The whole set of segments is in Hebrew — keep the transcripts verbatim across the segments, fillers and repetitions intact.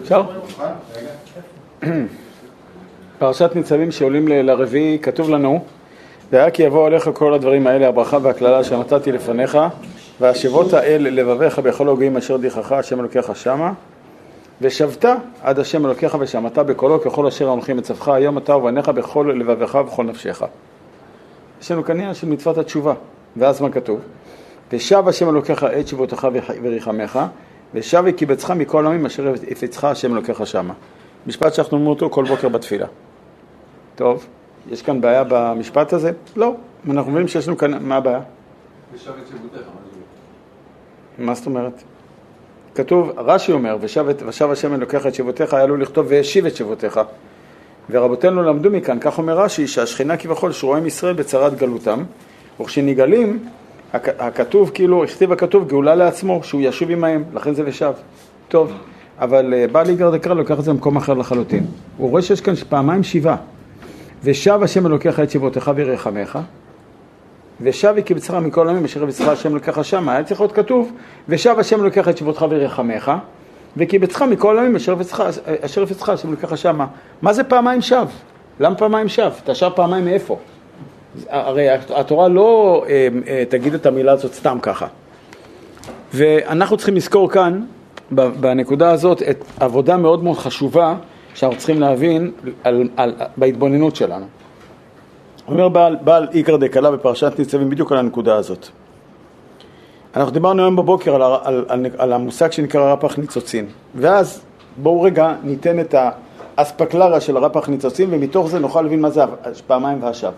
אפשר? פרשת ניצבים שעולים לרביעי, כתוב לנו, והיה כי יבוא עליך כל הדברים האלה, הברכה והכללה שנתתי לפניך, והשבות האל לבביך בכל הוגעים אשר דיחך, השם אלוקיך שמה, ושבת עד השם אלוקיך ושמעת בקולו ככל אשר הולכים מצווך היום אתה ובניך בכל לבביך ובכל נפשך. יש לנו כנראה של מצוות התשובה, ואז מה כתוב? ושב השם אלוקיך את שבותך וריחמך, ושב וקיבצך מכל עמים אשר הפצך השם אלוקיך שמה. משפט שאנחנו אומרים אותו כל בוקר בתפילה. טוב, יש כאן בעיה במשפט הזה? לא. אנחנו מבינים שיש לנו כאן, מה הבעיה? ושב את שבותך. מה זאת אומרת? כתוב, רש"י אומר, ושב, ושב השם אלוקיך את שבותיך, היה לו לכתוב והשיב את שבותיך. ורבותינו למדו מכאן, כך אומר רש"י, שהשכינה כבכל שרועים ישראל בצרת גלותם, וכשנגלים, הכתוב כאילו, הכתיב הכתוב גאולה לעצמו, שהוא ישוב עמהם, לכן זה ושב. טוב, אבל בעל איגר דקרא לוקח את זה במקום אחר לחלוטין. הוא רואה שיש כאן פעמיים שיבה. ושב השם אלוקיך את שבותיך וירחמך, ושב וקיבצך מכל עמים אשר הפצך השם אלוקיך שמה. היה צריך להיות כתוב, ושב השם אלוקיך את שבותך וירחמך, וקיבצך מכל עמים אשר הפצך השם אלוקיך שמה. מה זה פעמיים שב? למה פעמיים שב? אתה שב פעמיים מאיפה? הרי התורה לא אה, אה, תגיד את המילה הזאת סתם ככה. ואנחנו צריכים לזכור כאן, בנקודה הזאת, את עבודה מאוד מאוד חשובה שאנחנו צריכים להבין על, על, בהתבוננות שלנו. אומר בעל, בעל איגר דקלה בפרשת ניצבים בדיוק על הנקודה הזאת. אנחנו דיברנו היום בבוקר על, על, על, על המושג שנקרא רפ"ח ניצוצין. ואז בואו רגע ניתן את האספקלריה של הרפ"ח ניצוצין, ומתוך זה נוכל להבין מה זה פעמיים והשב.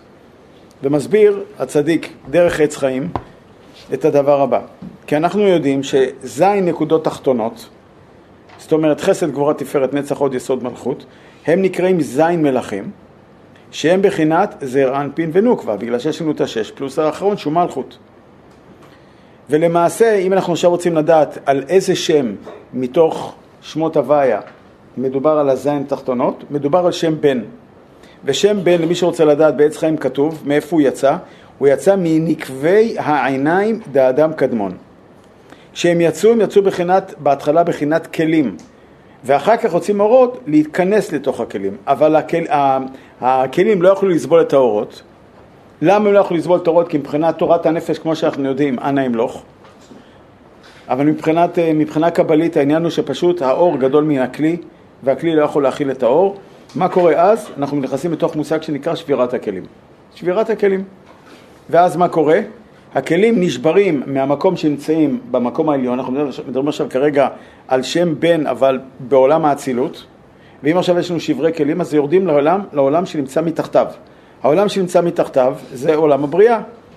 ומסביר הצדיק דרך עץ חיים את הדבר הבא. כי אנחנו יודעים שזין נקודות תחתונות, זאת אומרת חסד גבורה תפארת נצח עוד יסוד מלכות, הם נקראים זין מלכים, שהם בחינת זעיר אנפין ונוקבה, בגלל שיש לנו את השש פלוס האחרון שהוא מלכות. ולמעשה, אם אנחנו עכשיו רוצים לדעת על איזה שם מתוך שמות הוויה מדובר על הזין תחתונות, מדובר על שם בן. ושם בן, למי שרוצה לדעת בעץ חיים כתוב, מאיפה הוא יצא? הוא יצא מנקבי העיניים דאדם קדמון. כשהם יצאו, הם יצאו בחינת, בהתחלה בחינת כלים. ואחר כך רוצים אורות להתכנס לתוך הכלים. אבל הכל, הכלים לא יכולו לסבול את האורות. למה הם לא יכולו לסבול את האורות? כי מבחינת תורת הנפש, כמו שאנחנו יודעים, אנא ימלוך. אבל מבחינת, מבחינה קבלית, העניין הוא שפשוט האור גדול מן הכלי, והכלי לא יכול להכיל את האור. מה קורה אז? אנחנו נכנסים לתוך מושג שנקרא שבירת הכלים. שבירת הכלים. ואז מה קורה? הכלים נשברים מהמקום שנמצאים במקום העליון. אנחנו מדברים עכשיו כרגע על שם בן, אבל בעולם האצילות. ואם עכשיו יש לנו שברי כלים, אז יורדים לעולם, לעולם שנמצא מתחתיו. העולם שנמצא מתחתיו זה עולם הבריאה.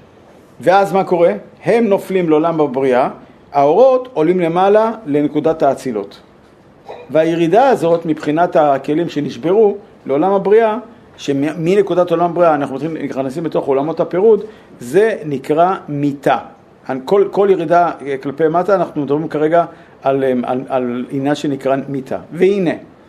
ואז מה קורה? הם נופלים לעולם הבריאה, האורות עולים למעלה לנקודת האצילות. והירידה הזאת מבחינת הכלים שנשברו לעולם הבריאה, שמנקודת עולם הבריאה אנחנו נכנסים בתוך עולמות הפירוד, זה נקרא מיתה. כל, כל ירידה כלפי מטה אנחנו מדברים כרגע על, על, על עניין שנקרא מיתה. והנה,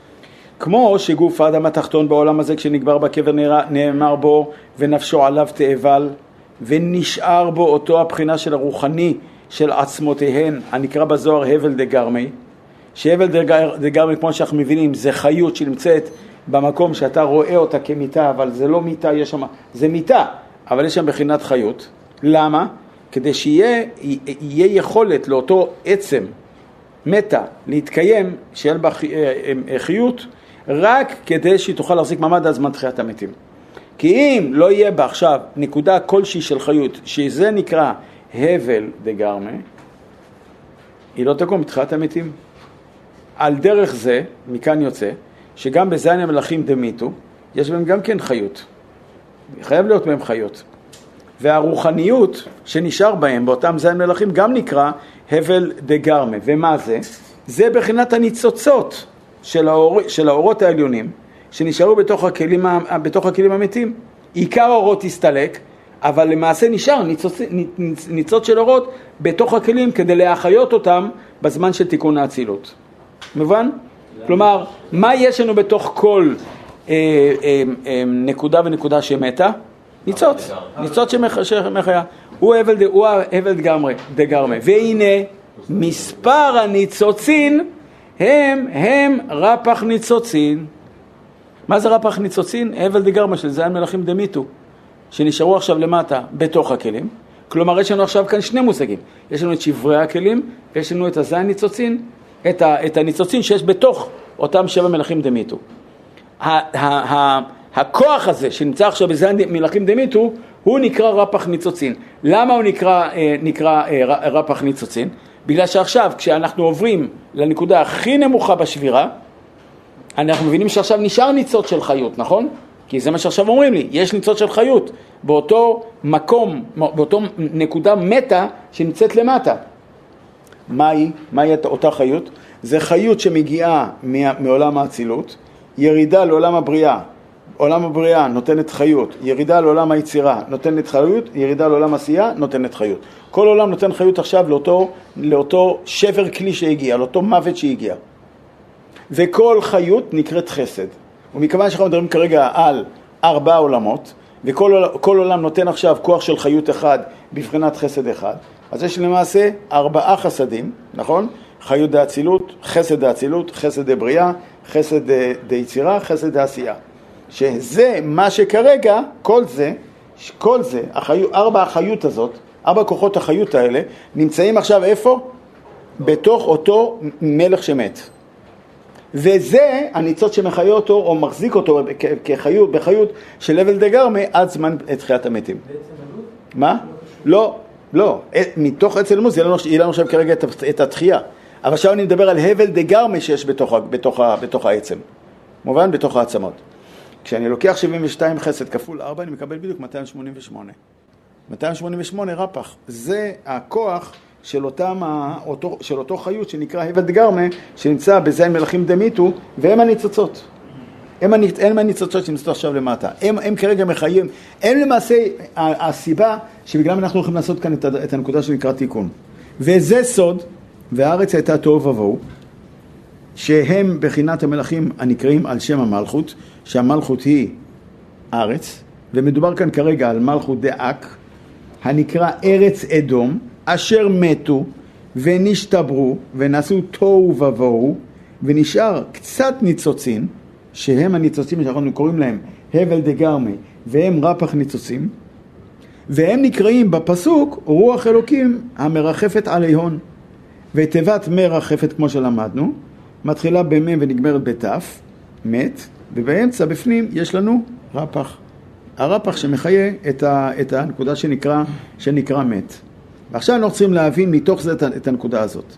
כמו שגוף האדם התחתון בעולם הזה כשנגבר בקבר נאמר בו ונפשו עליו תאבל, ונשאר בו אותו הבחינה של הרוחני של עצמותיהן, הנקרא בזוהר הבל דגרמי, שהבל דגרמי כמו שאנחנו מבינים זה חיות שנמצאת במקום שאתה רואה אותה כמיטה, אבל זה לא מיטה, יש שם, זה מיטה, אבל יש שם בחינת חיות. למה? כדי שיהיה יהיה יכולת לאותו עצם מתה להתקיים, שיהיה בה חיות, רק כדי שהיא תוכל להחזיק מעמד עד זמן תחיית המתים. כי אם לא יהיה בה עכשיו נקודה כלשהי של חיות, שזה נקרא הבל דגרמי, היא לא תקום בתחיית המתים. על דרך זה, מכאן יוצא, שגם בזין המלאכים דמיתו, יש בהם גם כן חיות. חייב להיות בהם חיות. והרוחניות שנשאר בהם, באותם זין מלאכים, גם נקרא הבל דגרמה. ומה זה? זה בחינת הניצוצות של, האור, של האורות העליונים, שנשארו בתוך הכלים, בתוך הכלים המתים. עיקר האורות הסתלק, אבל למעשה נשאר ניצוץ, ניצוץ של אורות בתוך הכלים, כדי להחיות אותם בזמן של תיקון האצילות. מובן? כלומר, מה יש לנו בתוך כל אה, אה, אה, נקודה ונקודה שמתה? ניצוץ. ניצוץ שמחיה. הוא הבל דגרמי. והנה, מספר הניצוצין הם, הם רפ"ח ניצוצין. מה זה רפ"ח ניצוצין? הבל דגרמה של זין מלכים דמיתו, שנשארו עכשיו למטה בתוך הכלים. כלומר, יש לנו עכשיו כאן שני מושגים. יש לנו את שברי הכלים, ויש לנו את הזין ניצוצין, את, ה, את הניצוצין שיש בתוך אותם שבע מלכים דמיתו. ה, ה, ה, הכוח הזה שנמצא עכשיו בזין מלכים דמיתו, הוא נקרא רפ"ח ניצוצין. למה הוא נקרא, נקרא רפ"ח ניצוצין? בגלל שעכשיו, כשאנחנו עוברים לנקודה הכי נמוכה בשבירה, אנחנו מבינים שעכשיו נשאר ניצוץ של חיות, נכון? כי זה מה שעכשיו אומרים לי, יש ניצוץ של חיות באותו מקום, באותו נקודה מטה שנמצאת למטה. מהי? מהי אותה חיות? זה חיות שמגיעה מעולם האצילות, ירידה לעולם הבריאה. עולם הבריאה נותנת חיות, ירידה לעולם היצירה נותנת חיות, ירידה לעולם עשייה נותנת חיות. כל עולם נותן חיות עכשיו לאותו, לאותו שבר כלי שהגיע, לאותו מוות שהגיע. וכל חיות נקראת חסד. ומכיוון שאנחנו מדברים כרגע על ארבע עולמות, וכל כל עולם נותן עכשיו כוח של חיות אחד בבחינת חסד אחד, אז יש למעשה ארבעה חסדים, נכון? חיות דאצילות, חסד דאצילות, חסד דבריאה, חסד דיצירה, חסד דעשייה. שזה מה שכרגע, כל זה, כל זה, החיות, ארבע החיות הזאת, ארבע כוחות החיות האלה, נמצאים עכשיו איפה? בתוך אותו מלך שמת. וזה הניצוץ שמחיה אותו או מחזיק אותו כחיות, בחיות של הבל דגרמה עד זמן תחיית המתים. מה? לא, לא. מתוך אצל אלמוס יהיה לנו עכשיו כרגע את התחייה. אבל עכשיו אני מדבר על הבל דגרמה שיש בתוך, בתוך, בתוך העצם. מובן? בתוך העצמות. כשאני לוקח שבעים ושתיים חסד כפול ארבע, אני מקבל בדיוק מאתיים שמונים ושמונה. מאתיים שמונים ושמונה רפ"ח. זה הכוח של, אותם, אותו, של אותו חיות שנקרא הבל דגרמה, שנמצא בזין מלכים דמיתו, והם הניצוצות. הם, הם הניצוצות שנמצאו עכשיו למטה. הם, הם כרגע מחיים. הם למעשה הסיבה שבגלל אנחנו הולכים לעשות כאן את, את הנקודה שנקרא תיקון. וזה סוד, והארץ הייתה תוהו ובוהו, שהם בחינת המלכים הנקראים על שם המלכות, שהמלכות היא ארץ, ומדובר כאן כרגע על מלכות דאק, הנקרא ארץ אדום, אשר מתו ונשתברו ונעשו תוהו ובוהו, ונשאר קצת ניצוצין, שהם הניצוצים שאנחנו קוראים להם הבל דגרמה, והם רפ"ח ניצוצים, והם נקראים בפסוק רוח אלוקים המרחפת עליהון. ותיבת מרחפת כמו שלמדנו, מתחילה במם ונגמרת בתף, מת, ובאמצע בפנים יש לנו רפ"ח. הרפ"ח שמחיה את, ה, את הנקודה שנקרא, שנקרא מת. ועכשיו אנחנו צריכים להבין מתוך זה את הנקודה הזאת.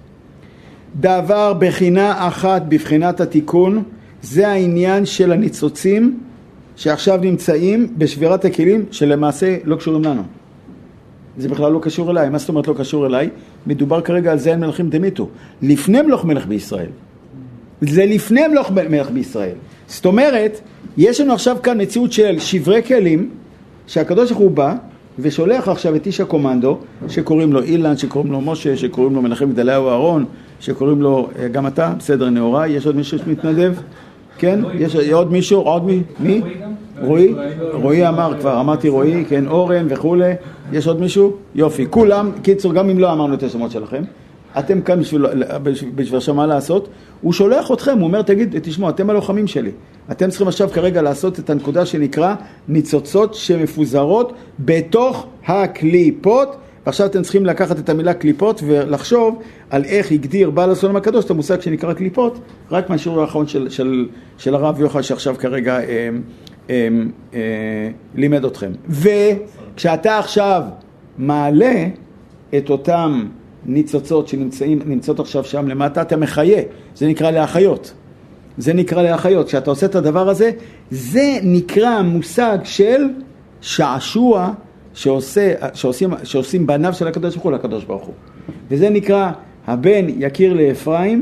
דבר בחינה אחת בבחינת התיקון, זה העניין של הניצוצים שעכשיו נמצאים בשבירת הכלים שלמעשה לא קשורים לנו. זה בכלל לא קשור אליי. מה זאת אומרת לא קשור אליי? מדובר כרגע על זין מלכים דמיתו. לפני מלוך מלך בישראל. זה לפני מלוך מלך בישראל. זאת אומרת, יש לנו עכשיו כאן מציאות של שברי כלים, שהקדוש ברוך הוא בא ושולח עכשיו את איש הקומנדו, שקוראים לו אילן, שקוראים לו משה, שקוראים לו מנחם גדליהו אהרון, שקוראים לו גם אתה, בסדר נאורי. יש עוד מישהו שמתנדב? כן? יש עוד מישהו? עוד מי? מי? רועי? רועי אמר כבר, אמרתי רועי, כן, אורן וכו'. יש עוד מישהו? יופי. כולם, קיצור, גם אם לא אמרנו את השמות שלכם, אתם כאן בשביל, בשביל שמה לעשות. הוא שולח אתכם, הוא אומר, תגיד, תשמעו, אתם הלוחמים שלי. אתם צריכים עכשיו כרגע לעשות את הנקודה שנקרא ניצוצות שמפוזרות בתוך הקליפות, ועכשיו אתם צריכים לקחת את המילה קליפות ולחשוב על איך הגדיר בעל הסולם הקדוש את המושג שנקרא קליפות, רק מהשיעור האחרון של, של, של הרב יוחד שעכשיו כרגע אה, אה, אה, לימד אתכם. וכשאתה עכשיו מעלה את אותם ניצוצות שנמצאות עכשיו שם למטה, אתה מחיה, זה נקרא להחיות. זה נקרא להחיות. כשאתה עושה את הדבר הזה, זה נקרא מושג של שעשוע שעושה, שעושים, שעושים בניו של הקדוש ברוך הוא לקדוש ברוך הוא. וזה נקרא, הבן יכיר לאפרים,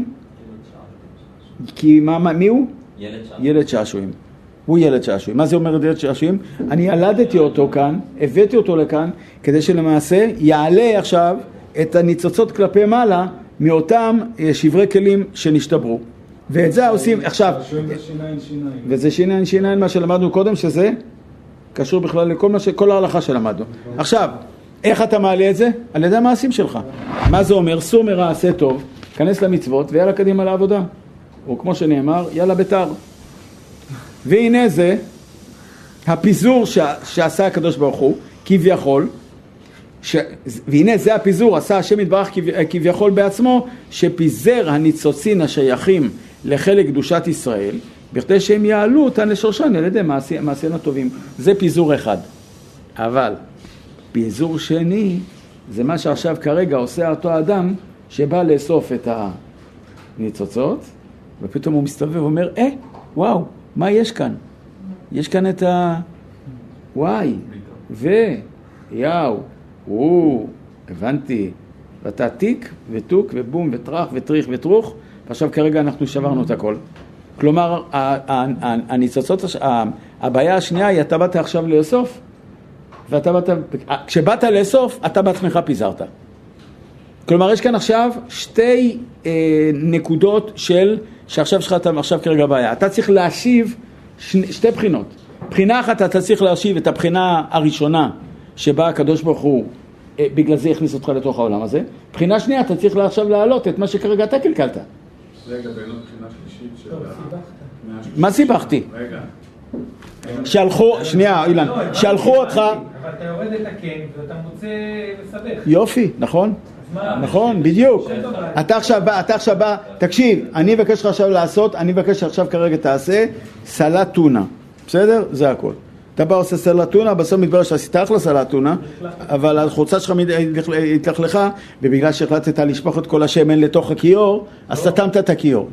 כי מה, מי הוא? ילד שעשועים. ילד שעשועים. הוא ילד שעשועים. מה זה אומר ילד שעשועים? אני ילדתי אותו כאן, הבאתי אותו לכאן, כדי שלמעשה יעלה עכשיו את הניצוצות כלפי מעלה מאותם שברי כלים שנשתברו. ואת זה עושים עכשיו. וזה שיניים שיניים מה שלמדנו קודם, שזה קשור בכלל לכל מה שכל ההלכה שלמדנו. עכשיו, איך אתה מעלה את זה? על ידי המעשים שלך. מה זה אומר? סור מרע עשה טוב, כנס למצוות ויאללה קדימה לעבודה. או כמו שנאמר, יאללה ביתר. והנה זה, הפיזור ש... שעשה הקדוש ברוך הוא, כביכול, ש... והנה זה הפיזור, עשה השם יתברך כביכול בעצמו, שפיזר הניצוצין השייכים לחלק קדושת ישראל, בכדי שהם יעלו אותן לשורשן על ידי מעשינו הטובים. זה פיזור אחד. אבל פיזור שני, זה מה שעכשיו כרגע עושה אותו אדם, שבא לאסוף את הניצוצות, ופתאום הוא מסתובב ואומר, אה, וואו, מה יש כאן? יש כאן את ה... וואי, ו... יאו, וואו, הבנתי. ואתה תיק וטוק ובום וטרח וטריך וטרוך, ועכשיו כרגע אנחנו שברנו את הכל. כלומר, הניצוצות, הבעיה השנייה היא, אתה באת עכשיו לאסוף, ואתה באת, כשבאת לאסוף, אתה בעצמך פיזרת. כלומר, יש כאן עכשיו שתי אה, נקודות של, שעכשיו שלך, אתה עכשיו כרגע בעיה. אתה צריך להשיב שני, שתי בחינות. בחינה אחת, אתה צריך להשיב את הבחינה הראשונה, שבה הקדוש ברוך הוא, אה, בגלל זה הכניס אותך לתוך העולם הזה. בחינה שנייה, אתה צריך עכשיו להעלות את מה שכרגע אתה קלקלת. רגע, בינות בחינה שלישית של... מה סיבכתי? רגע. שלחו, שנייה, אילן, שלחו אותך... אבל אתה יורד את הכן ואתה מוצא לסבך. יופי, נכון? נכון, בדיוק. אתה עכשיו בא, אתה עכשיו בא, תקשיב, אני מבקש לך עכשיו לעשות, אני מבקש שעכשיו כרגע תעשה סלט טונה. בסדר? זה הכל. אתה בא עושה סלט טונה, בסוף מתברר שעשית אחלה סלט טונה, אבל החולצה שלך התלכלכה, ובגלל שהחלטת לשפוך את כל השמן לתוך הכיור, אז סתמת את הכיור.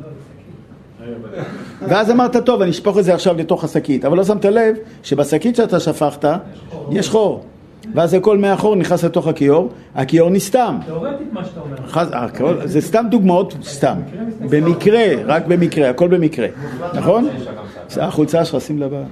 ואז אמרת, טוב, אני אשפוך את זה עכשיו לתוך השקית, אבל לא שמת לב שבשקית שאתה שפכת, יש חור. ואז הכל מהחור נכנס לתוך הכיור, הכיור נסתם. תאורטית מה שאתה אומר. זה סתם דוגמאות, סתם. במקרה, רק במקרה, הכל במקרה. נכון? זה החולצה שלך, שים לבא.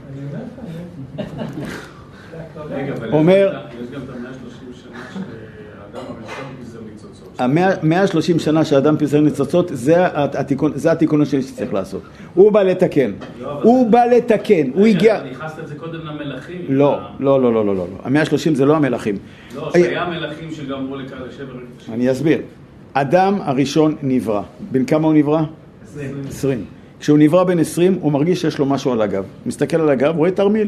אומר... יש גם את ה-מאה ושלושים שנה שהאדם הראשון פיזר ניצוצות. ה-מאה ושלושים שנה שהאדם פיזר ניצוצות, זה התיקון שלי שצריך לעשות. הוא בא לתקן. הוא בא לתקן. הוא הגיע... אתה נכנסת את זה קודם למלאכים. לא, לא, לא, לא, לא. ה-מאה ושלושים זה לא המלאכים. לא, שהיה מלאכים שגמרו לקרוא לשבר. אני אסביר. אדם הראשון נברא. בין כמה הוא נברא? עשרים. כשהוא נברא בין עשרים, הוא מרגיש שיש לו משהו על הגב. מסתכל על הגב, רואה תרמיל.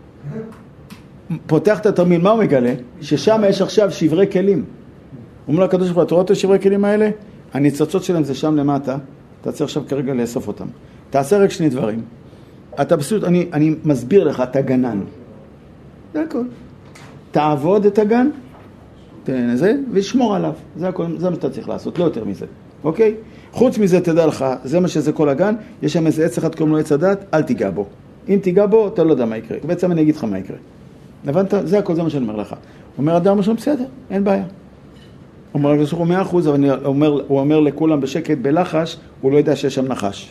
פותח את התרמיל, מה הוא מגלה? ששם יש עכשיו שברי כלים. הוא אומר לקדוש ברוך הוא, אתה רואה את השברי כלים האלה? הניצוצות שלהם זה שם למטה, אתה צריך עכשיו כרגע לאסוף אותם. תעשה רק שני דברים. אתה פשוט, אני, אני מסביר לך, אתה גנן. זה הכל. תעבוד את הגן, תן זה, ושמור עליו. זה הכל, זה מה שאתה צריך לעשות, לא יותר מזה. אוקיי? חוץ מזה, תדע לך, זה מה שזה כל הגן, יש שם איזה עץ אחד קוראים לו עץ הדת, אל תיגע בו. אם תיגע בו, אתה לא יודע מה יקרה. בעצם אני אגיד לך מה יקרה. הבנת? זה הכל, זה מה שאני אומר לך. הוא אומר, אדם משהו, בסדר, אין בעיה. הוא אומר, הוא מאה אחוז, אבל הוא אומר, הוא אומר לכולם בשקט, בלחש, הוא לא יודע שיש שם נחש.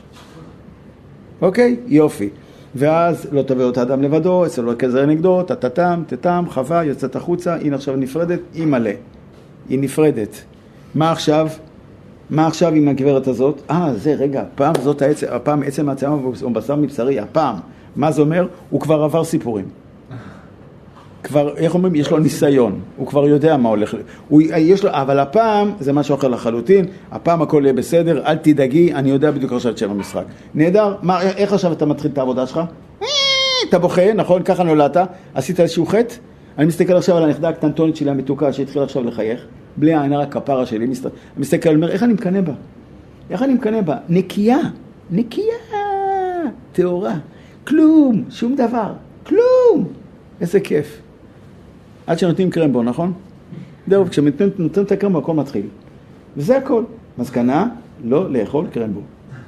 אוקיי? יופי. ואז לא תביא אותה אדם לבדו, אצלו לא כזר נגדו, תתתם, תתם, חווה, יוצאת החוצה, הנה עכשיו נפרדת, היא מלא. היא נפרדת. מה עכשיו? מה עכשיו עם הגברת הזאת? אה, זה, רגע, הפעם זאת העצם, הפעם עצם העצמה הוא בשר מבשרי, הפעם. מה זה אומר? הוא כבר עבר סיפורים. כבר, איך אומרים? יש לו ניסיון. הוא כבר יודע מה הולך. הוא, יש לו, אבל הפעם זה משהו אחר לחלוטין. הפעם הכל יהיה בסדר, אל תדאגי, אני יודע בדיוק עכשיו את שם המשחק. נהדר, מה, איך עכשיו אתה מתחיל את העבודה שלך? אתה בוכה, נכון? ככה נולדת. עשית איזשהו חטא? אני מסתכל עכשיו על הנכדה הקטנטונית שלי המתוקה שהתחילה עכשיו לחייך. בלי העין רק הכפרה שלי. אני מסתכל, אומר, איך אני מקנה בה? איך אני מקנה בה? נקייה. נקייה. תאורה. כלום. שום דבר. כלום. איזה כיף. עד שנותנים קרמבו, נכון? זהו, כשנותנים את הקרמבו, הכל מתחיל. וזה הכל. מסקנה, לא לאכול קרמבו.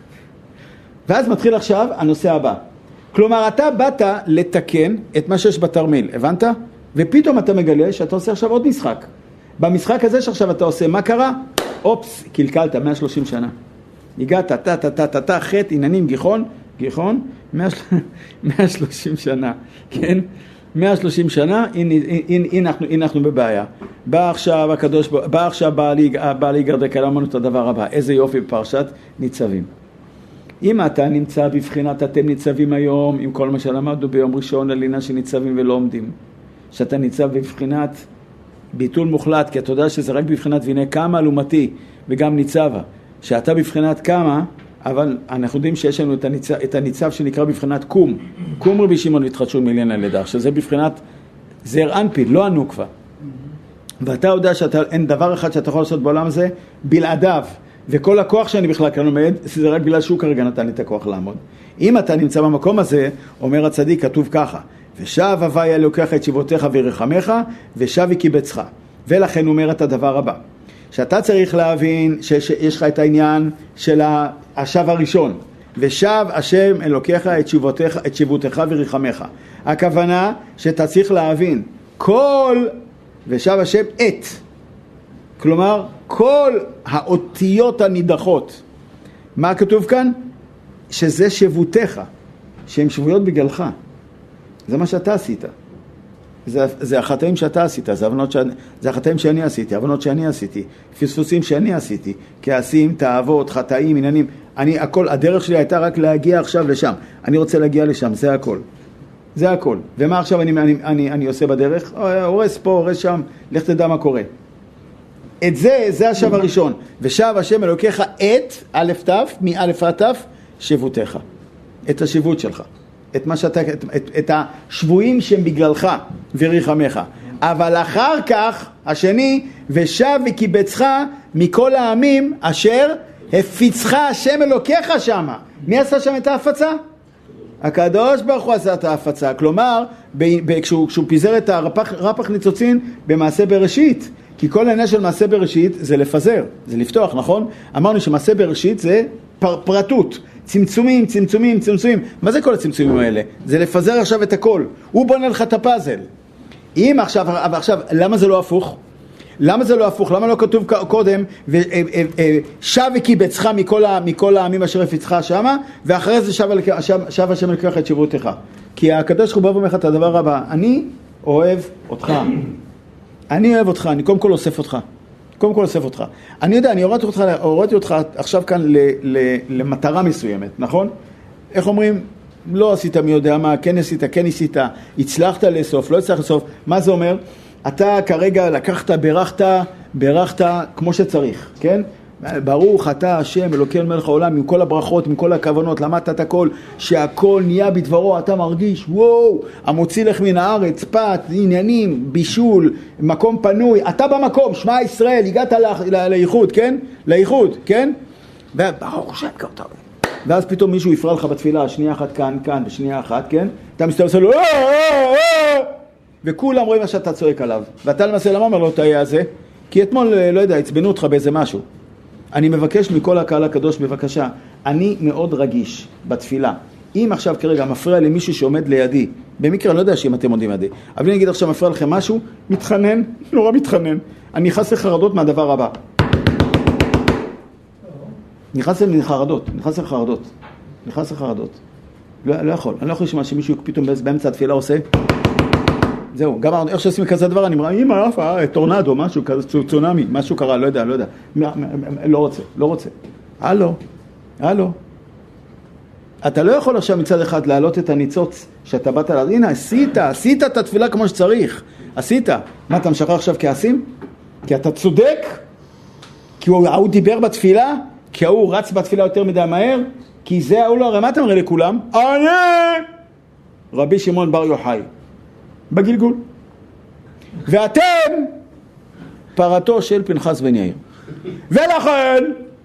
ואז מתחיל עכשיו הנושא הבא. כלומר, אתה באת לתקן את מה שיש בתרמיל, הבנת? ופתאום אתה מגלה שאתה עושה עכשיו עוד משחק. במשחק הזה שעכשיו אתה עושה, מה קרה? אופס, קלקלת, מאה ושלושים שנה. הגעת, אתה, אתה, אתה, אתה, אתה, חטא, עיננים, גיחון, גיחון, מאה ושלושים שנה, כן? מאה ושלושים שנה, הנה, הנה, הנה, הנה אנחנו בבעיה. בא עכשיו הקדוש, בא עכשיו בא להיגרדק, אמרנו את הדבר הבא, איזה יופי בפרשת ניצבים. אם אתה נמצא בבחינת אתם ניצבים היום, עם כל מה שלמדנו ביום ראשון על עניין שניצבים ולא עומדים, שאתה ניצב בבחינת ביטול מוחלט, כי אתה יודע שזה רק בבחינת והנה כמה לעומתי וגם ניצבה, שאתה בבחינת כמה, אבל אנחנו יודעים שיש לנו את הניצב, את הניצב שנקרא בבחינת קום, קום רבי שמעון והתחדשות מעניין הלידה, שזה בבחינת זעיר אנפין, לא הנוקבה. ואתה יודע שאין דבר אחד שאתה יכול לעשות בעולם הזה בלעדיו, וכל הכוח שאני בכלל כאן לומד, זה רק בגלל שהוא כרגע נתן לי את הכוח לעמוד. אם אתה נמצא במקום הזה, אומר הצדיק, כתוב ככה, ושב הוויה לוקח את שבותיך וירחמך, ושב יקבצך. ולכן הוא אומר את הדבר הבא, שאתה צריך להבין שיש לך את העניין של השב הראשון, ושב השם אלוקיך את שבותיך, את שבותיך וירחמך. הכוונה שאתה צריך להבין, כל ושב השם את, כלומר כל האותיות הנידחות. מה כתוב כאן? שזה שבותיך, שהן שבויות בגללך. זה מה שאתה עשית. זה, זה החטאים שאתה עשית, זה, ש... זה החטאים שאני עשיתי, הבנות שאני עשיתי, פספוסים שאני עשיתי, כעסים, תאוות, חטאים, עניינים. אני, הכל, הדרך שלי הייתה רק להגיע עכשיו לשם. אני רוצה להגיע לשם, זה הכל. זה הכל. ומה עכשיו אני, אני, אני, אני עושה בדרך? הורס פה, הורס שם, לך תדע מה קורה. את זה, זה השב הראשון. ושב השם אלוקיך את, א' ת', מא' עד ת', שבותיך. את השיבות שלך. את מה שאתה, את, את, את השבויים שהם בגללך וריחמך. אבל אחר כך, השני, ושב וקיבצך מכל העמים אשר הפיצך השם אלוקיך שמה. מי עשה שם את ההפצה? הקדוש ברוך הוא עשה את ההפצה. כלומר, ב, ב, כשהוא, כשהוא פיזר את הרפח, רפח ניצוצין במעשה בראשית, כי כל העניין של מעשה בראשית זה לפזר, זה לפתוח, נכון? אמרנו שמעשה בראשית זה פר, פרטות, צמצומים, צמצומים, צמצומים. מה זה כל הצמצומים האלה? זה לפזר עכשיו את הכל. הוא בונה לך את הפאזל. אם עכשיו, עכשיו, למה זה לא הפוך? למה זה לא הפוך? למה לא כתוב קודם, ושב וקיבצך מכל, מכל העמים אשר הפיצך שמה, ואחרי זה שב, שב, שב השם לקח את שבותיך. כי הקדוש הוא בא ואומר לך את הדבר הבא, אני אוהב אותך. אני אוהב אותך, אני קודם כל אוסף אותך. קודם כל אוסף אותך. אני יודע, אני הורדתי אותך, הורדתי אותך עכשיו כאן ל, ל, למטרה מסוימת, נכון? איך אומרים? לא עשית מי יודע מה, כן עשית, כן עשית, הצלחת לאסוף, לא הצלחת לאסוף. מה זה אומר? אתה כרגע לקחת, ברכת, ברכת כמו שצריך, כן? ברוך אתה השם אלוקינו מלך העולם, עם כל הברכות, עם כל הכוונות, למדת את הכל, שהכל נהיה בדברו, אתה מרגיש, וואו, המוציא לך מן הארץ, פת, עניינים, בישול, מקום פנוי, אתה במקום, שמע ישראל, הגעת לייחוד, כן? לייחוד, כן? וברוך שם כאותה. ואז פתאום מישהו יפרע לך בתפילה, שנייה אחת כאן, כאן, ושנייה אחת, כן? אתה מסתובב עושה לו, וכולם רואים מה שאתה צועק עליו. ואתה למעשה למה אומר לו את היה הזה? כי אתמול, לא יודע, הצבנו אותך באיזה משהו. אני מבקש מכל הקהל הקדוש, בבקשה, אני מאוד רגיש בתפילה. אם עכשיו כרגע מפריע למישהו שעומד לידי, במקרה לא יודע שאם אתם עומדים לידי, אבל אני אגיד עכשיו מפריע לכם משהו, מתחנן, נורא מתחנן. אני נכנס לחרדות מהדבר הבא. נכנס לחרדות, נכנס לחרדות, נכנס לחרדות. לא, לא יכול, אני לא יכול לשמוע שמישהו פתאום באמצע התפילה עושה, זהו, גם איך שעושים כזה דבר, אני אומר, אמא, אפה, טורנדו, משהו, צונמי, משהו קרה, לא יודע, לא יודע. לא רוצה, לא רוצה. הלו, הלו. אתה לא יכול עכשיו מצד אחד להעלות את הניצוץ שאתה באת לה, הנה, עשית, עשית את התפילה כמו שצריך. עשית. מה, אתה משחרר עכשיו כעסים? כי אתה צודק? כי הוא, הוא דיבר בתפילה? כי הוא רץ בתפילה יותר מדי מהר? כי זה, הוא לא, הרי מה אתה מראה לכולם? אני! רבי שמעון בר יוחאי. בגלגול. ואתם פרתו של פנחס בן יאיר. ולכן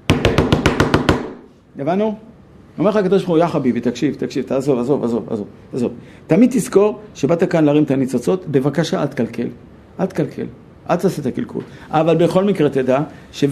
הבנו? אומר לך הקדוש ברוך הוא, יא חביבי, תקשיב, תקשיב, תעזוב, עזוב, עזוב, עזוב, עזוב. תמיד תזכור שבאת כאן להרים את הניצוצות, בבקשה אל תקלקל. אל תקלקל. אל תעשה את הקלקול. אבל בכל מקרה תדע ש...